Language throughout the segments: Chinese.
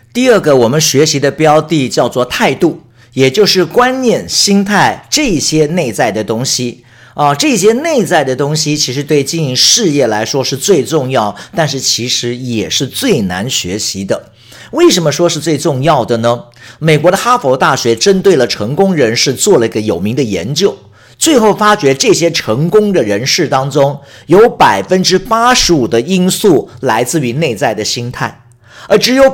第二个我们学习的标的叫做态度，也就是观念、心态这些内在的东西这些内在的东西其实对经营事业来说是最重要，但是其实也是最难学习的。为什么说是最重要的呢？美国的哈佛大学针对了成功人士做了一个有名的研究，最后发觉这些成功的人士当中有 85% 的因素来自于内在的心态，而只有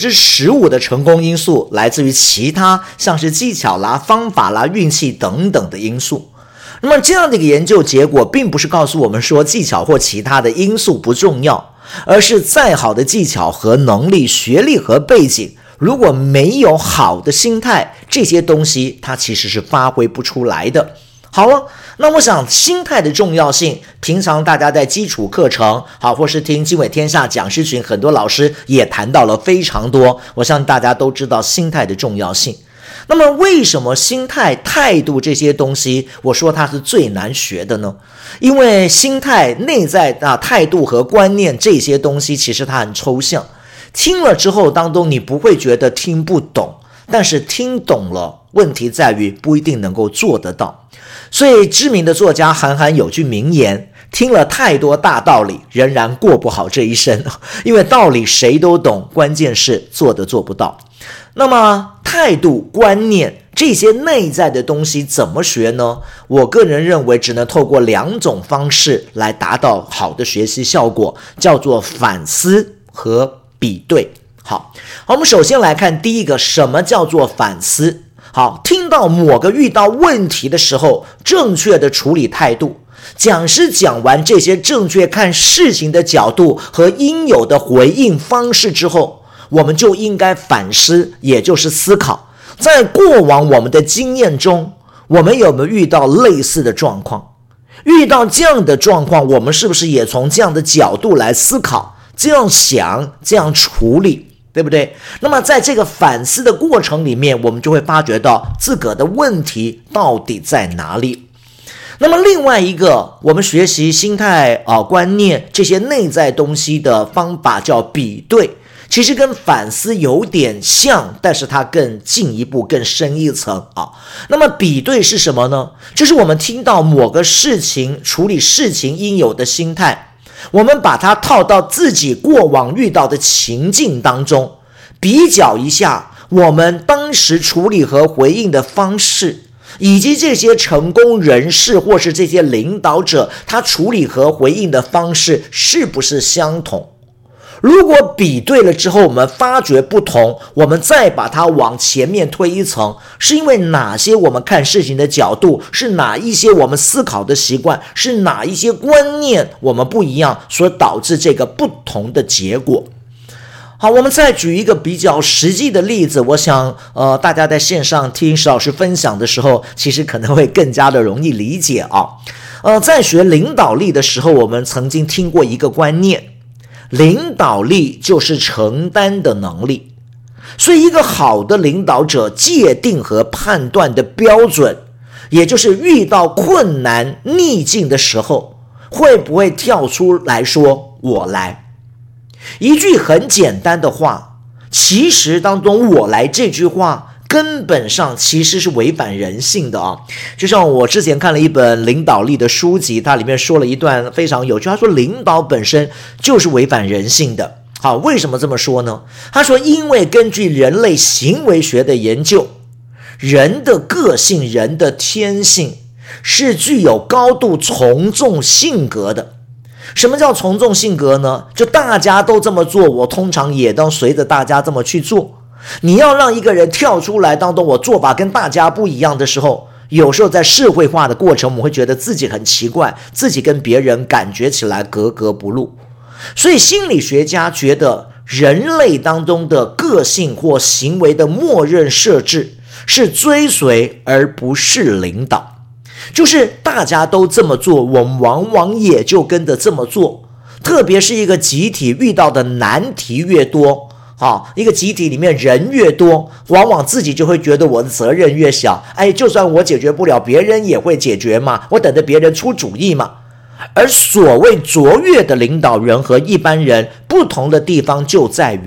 15% 的成功因素来自于其他像是技巧啦、方法啦、运气等等的因素。那么这样的一个研究结果并不是告诉我们说技巧或其他的因素不重要，而是再好的技巧和能力、学历和背景，如果没有好的心态，这些东西它其实是发挥不出来的。好了，那我想心态的重要性，平常大家在基础课程或是听经纬天下讲师群，很多老师也谈到了非常多，我相信大家都知道心态的重要性。那么为什么心态、态度这些东西我说它是最难学的呢？因为心态、内在态度和观念这些东西其实它很抽象，听了之后当中你不会觉得听不懂，但是听懂了，问题在于不一定能够做得到。所以知名的作家韩寒有句名言，听了太多大道理，仍然过不好这一生。因为道理谁都懂，关键是做不到。那么态度、观念这些内在的东西怎么学呢？我个人认为只能透过2种方式来达到好的学习效果，叫做反思和比对。好，我们首先来看第一个，什么叫做反思？好，听到某个遇到问题的时候，正确的处理态度。讲师讲完这些正确看事情的角度和应有的回应方式之后，我们就应该反思，也就是思考，在过往我们的经验中，我们有没有遇到类似的状况？遇到这样的状况，我们是不是也从这样的角度来思考，这样想，这样处理，对不对？那么在这个反思的过程里面，我们就会发觉到自个的问题到底在哪里。那么另外一个我们学习心态观念这些内在东西的方法叫比对，其实跟反思有点像，但是它更进一步更深一层那么比对是什么呢？就是我们听到某个事情，处理事情应有的心态，我们把它套到自己过往遇到的情境当中，比较一下我们当时处理和回应的方式，以及这些成功人士或是这些领导者他处理和回应的方式是不是相同。如果比对了之后我们发觉不同，我们再把它往前面推一层，是因为哪些我们看事情的角度，是哪一些我们思考的习惯，是哪一些观念我们不一样，所导致这个不同的结果。好，我们再举一个比较实际的例子，我想大家在线上听石老师分享的时候，其实可能会更加的容易理解在学领导力的时候，我们曾经听过一个观念，领导力就是承担的能力。所以一个好的领导者界定和判断的标准，也就是遇到困难逆境的时候，会不会跳出来说我来。一句很简单的话，其实当中我来这句话根本上其实是违反人性的就像我之前看了一本领导力的书籍，它里面说了一段非常有趣，他说领导本身就是违反人性的。好，为什么这么说呢？他说因为根据人类行为学的研究，人的个性、人的天性是具有高度从众性格的。什么叫从众性格呢？就大家都这么做，我通常也都随着大家这么去做。你要让一个人跳出来当中我做法跟大家不一样的时候，有时候在社会化的过程，我们会觉得自己很奇怪，自己跟别人感觉起来格格不入。所以心理学家觉得人类当中的个性或行为的默认设置是追随而不是领导，就是大家都这么做，我们往往也就跟着这么做。特别是一个集体遇到的难题越多，一个集体里面人越多，往往自己就会觉得我的责任越小，就算我解决不了，别人也会解决嘛，我等着别人出主意嘛。而所谓卓越的领导人和一般人不同的地方就在于，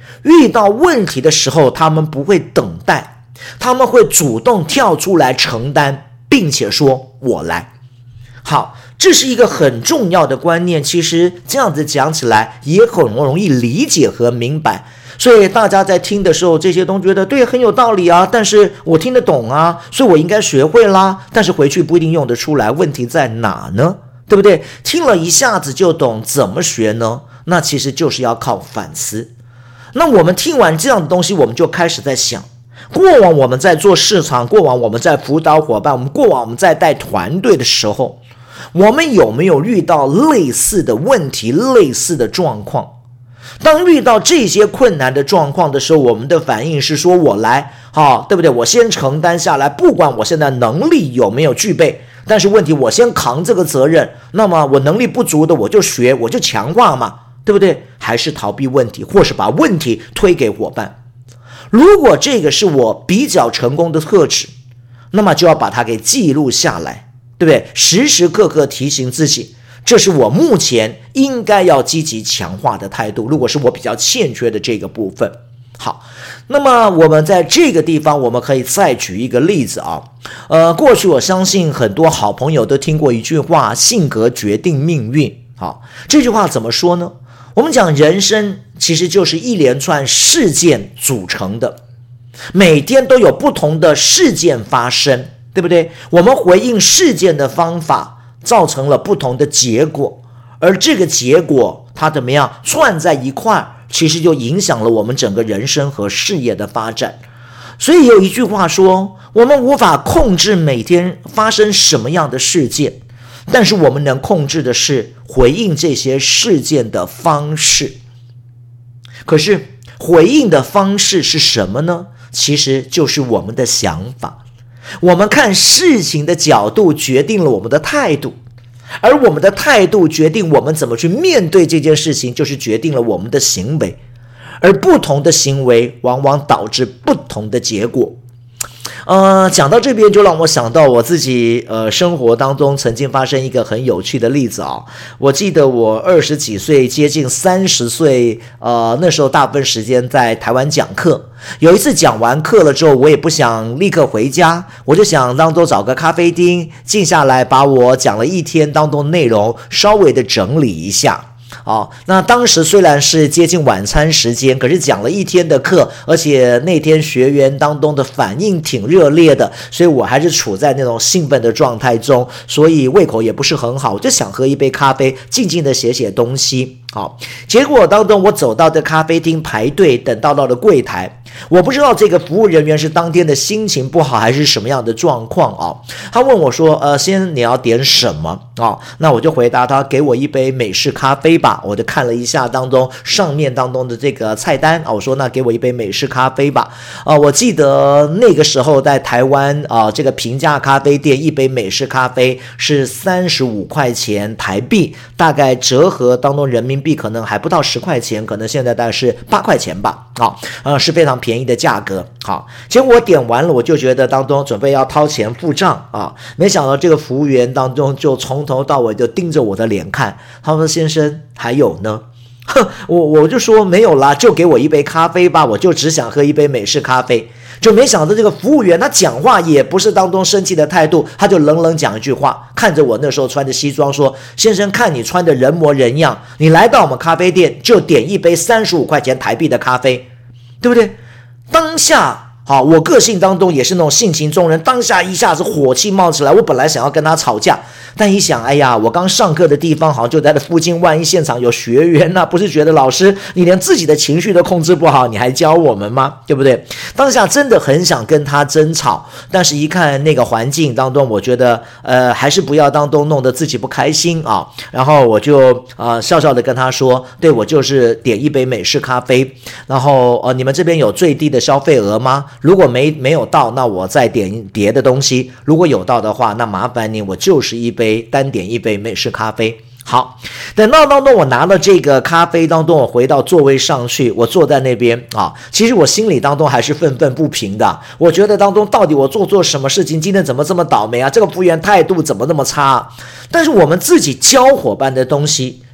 遇到问题的时候，他们不会等待，他们会主动跳出来承担，并且说我来。好，这是一个很重要的观念，其实这样子讲起来也很容易理解和明白。所以大家在听的时候，这些都觉得对，很有道理啊，但是我听得懂啊，所以我应该学会啦，但是回去不一定用得出来，问题在哪呢？对不对？听了一下子就懂，怎么学呢？那其实就是要靠反思。那我们听完这样的东西，我们就开始在想，过往我们在做市场，过往我们在辅导伙伴，过往我们在带团队的时候，我们有没有遇到类似的问题、类似的状况？当遇到这些困难的状况的时候，我们的反应是说我来，对不对？我先承担下来，不管我现在能力有没有具备，但是问题我先扛这个责任。那么我能力不足的，我就学，我就强化嘛，对不对？还是逃避问题，或是把问题推给伙伴。如果这个是我比较成功的特质，那么就要把它给记录下来，对不对？时时刻刻提醒自己，这是我目前应该要积极强化的态度，如果是我比较欠缺的这个部分。好，那么我们在这个地方我们可以再举一个例子啊。过去我相信很多好朋友都听过一句话，性格决定命运。好，这句话怎么说呢？我们讲人生其实就是一连串事件组成的，每天都有不同的事件发生，对不对？我们回应事件的方法造成了不同的结果，而这个结果它怎么样串在一块，其实就影响了我们整个人生和事业的发展。所以有一句话说，我们无法控制每天发生什么样的事件，但是我们能控制的是回应这些事件的方式。可是回应的方式是什么呢？其实就是我们的想法。我们看事情的角度决定了我们的态度，而我们的态度决定我们怎么去面对这件事情，就是决定了我们的行为，而不同的行为往往导致不同的结果。讲到这边就让我想到我自己生活当中曾经发生一个很有趣的例子啊。我记得我20几岁接近30岁，那时候大部分时间在台湾讲课。有一次讲完课了之后，我也不想立刻回家，我就想当中找个咖啡厅静下来，把我讲了一天当中的内容稍微的整理一下。那当时虽然是接近晚餐时间，可是讲了一天的课，而且那天学员当中的反应挺热烈的，所以我还是处在那种兴奋的状态中，所以胃口也不是很好，我就想喝一杯咖啡，静静的写写东西。结果当中我走到的咖啡厅排队，等到了柜台，我不知道这个服务人员是当天的心情不好还是什么样的状况他问我说先生你要点什么那我就回答他给我一杯美式咖啡吧。我就看了一下当中上面当中的这个菜单我说那给我一杯美式咖啡吧。我记得那个时候在台湾这个平价咖啡店一杯美式咖啡是35块钱台币，大概折合当中人民币可能还不到10块钱，可能现在大概是8块钱吧。是非常便宜的价格。结果我点完了，我就觉得当中准备要掏钱付账没想到这个服务员当中就从头到尾就盯着我的脸看，他说先生还有呢？我就说没有啦，就给我一杯咖啡吧，我就只想喝一杯美式咖啡。就没想到这个服务员他讲话也不是当中生气的态度，他就冷冷讲一句话，看着我那时候穿着西装说，先生看你穿的人模人样，你来到我们咖啡店就点一杯35块钱台币的咖啡，对不对？当下我个性当中也是那种性情中人，当下一下子火气冒起来，我本来想要跟他吵架，但一想，哎呀，我刚上课的地方好像就在那附近，万一现场有学员不是觉得老师你连自己的情绪都控制不好，你还教我们吗？对不对？当下真的很想跟他争吵，但是一看那个环境当中，我觉得还是不要当中弄得自己不开心然后我就笑笑的跟他说，对，我就是点一杯美式咖啡，然后你们这边有最低的消费额吗？如果没有到，那我再点别的东西，如果有到的话，那麻烦你我就是单点一杯美式咖啡。好，等到当中我拿了这个咖啡当中，我回到座位上去，我坐在那边其实我心里当中还是愤愤不平的。我觉得当中到底我做什么事情，今天怎么这么倒霉这个服务员态度怎么那么差但是我们自己教伙伴的东西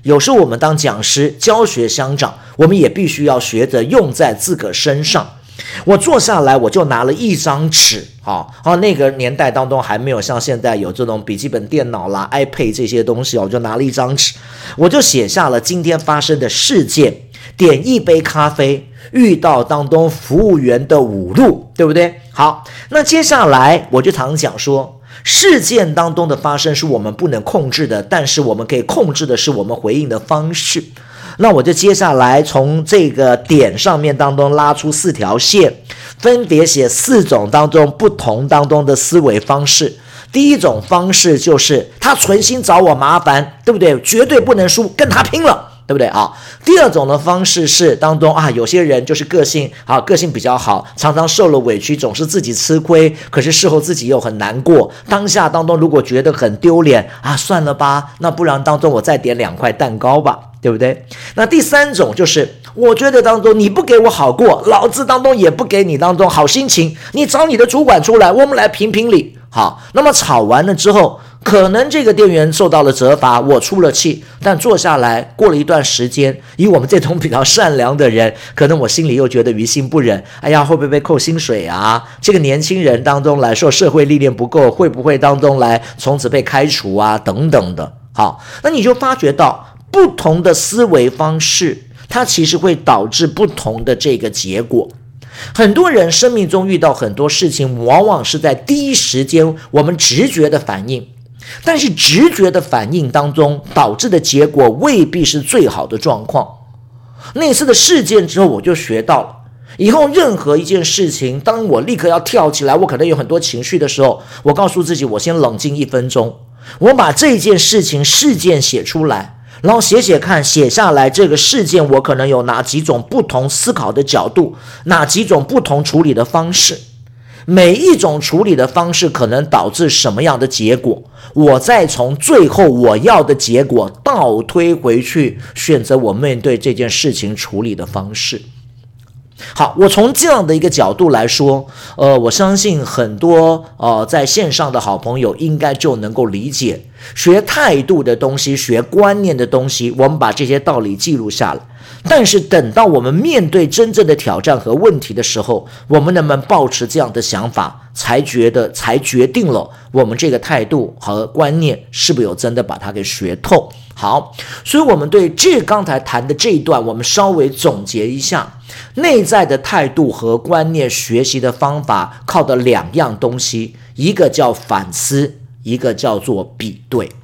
有时候我们当讲师、教学相长，我们也必须要学着用在自个身上。我坐下来，我就拿了一张纸，那个年代当中还没有像现在有这种笔记本电脑啦、iPad 这些东西，我就拿了一张纸，我就写下了今天发生的事件，点一杯咖啡，遇到当中服务员的侮辱，对不对？好，那接下来我就常讲说，事件当中的发生是我们不能控制的，但是我们可以控制的是我们回应的方式。那我就接下来从这个点上面当中拉出4条线，分别写4种当中不同当中的思维方式。第一种方式就是他存心找我麻烦，对不对？绝对不能输，跟他拼了，对不对啊？第二种的方式是当中有些人就是个性比较好，常常受了委屈，总是自己吃亏，可是事后自己又很难过。当下当中如果觉得很丢脸算了吧，那不然当中我再点2块蛋糕吧，对不对？那第三种就是我觉得当中你不给我好过，老子当中也不给你当中好心情，你找你的主管出来，我们来评评理。好，那么吵完了之后，可能这个店员受到了责罚，我出了气，但坐下来过了一段时间，以我们这种比较善良的人，可能我心里又觉得于心不忍，会不会被扣薪水啊？这个年轻人当中来说社会历练不够，会不会当中来从此被开除啊等等的。好，那你就发觉到不同的思维方式，它其实会导致不同的这个结果。很多人生命中遇到很多事情，往往是在第一时间我们直觉的反应，但是直觉的反应当中导致的结果未必是最好的状况。那次的事件之后，我就学到了，以后任何一件事情，当我立刻要跳起来，我可能有很多情绪的时候，我告诉自己，我先冷静1分钟，我把这件事件写出来，然后写看，写下来这个事件我可能有哪几种不同思考的角度，哪几种不同处理的方式，每一种处理的方式可能导致什么样的结果，我再从最后我要的结果倒推回去，选择我面对这件事情处理的方式。好，我从这样的一个角度来说，我相信很多在线上的好朋友应该就能够理解，学态度的东西，学观念的东西，我们把这些道理记录下来。但是等到我们面对真正的挑战和问题的时候，我们能不能抱持这样的想法，才决定了我们这个态度和观念是不是有真的把它给学透。好，所以我们对刚才谈的这一段，我们稍微总结一下，内在的态度和观念学习的方法靠的2样东西，一个叫反思，一个叫做比对。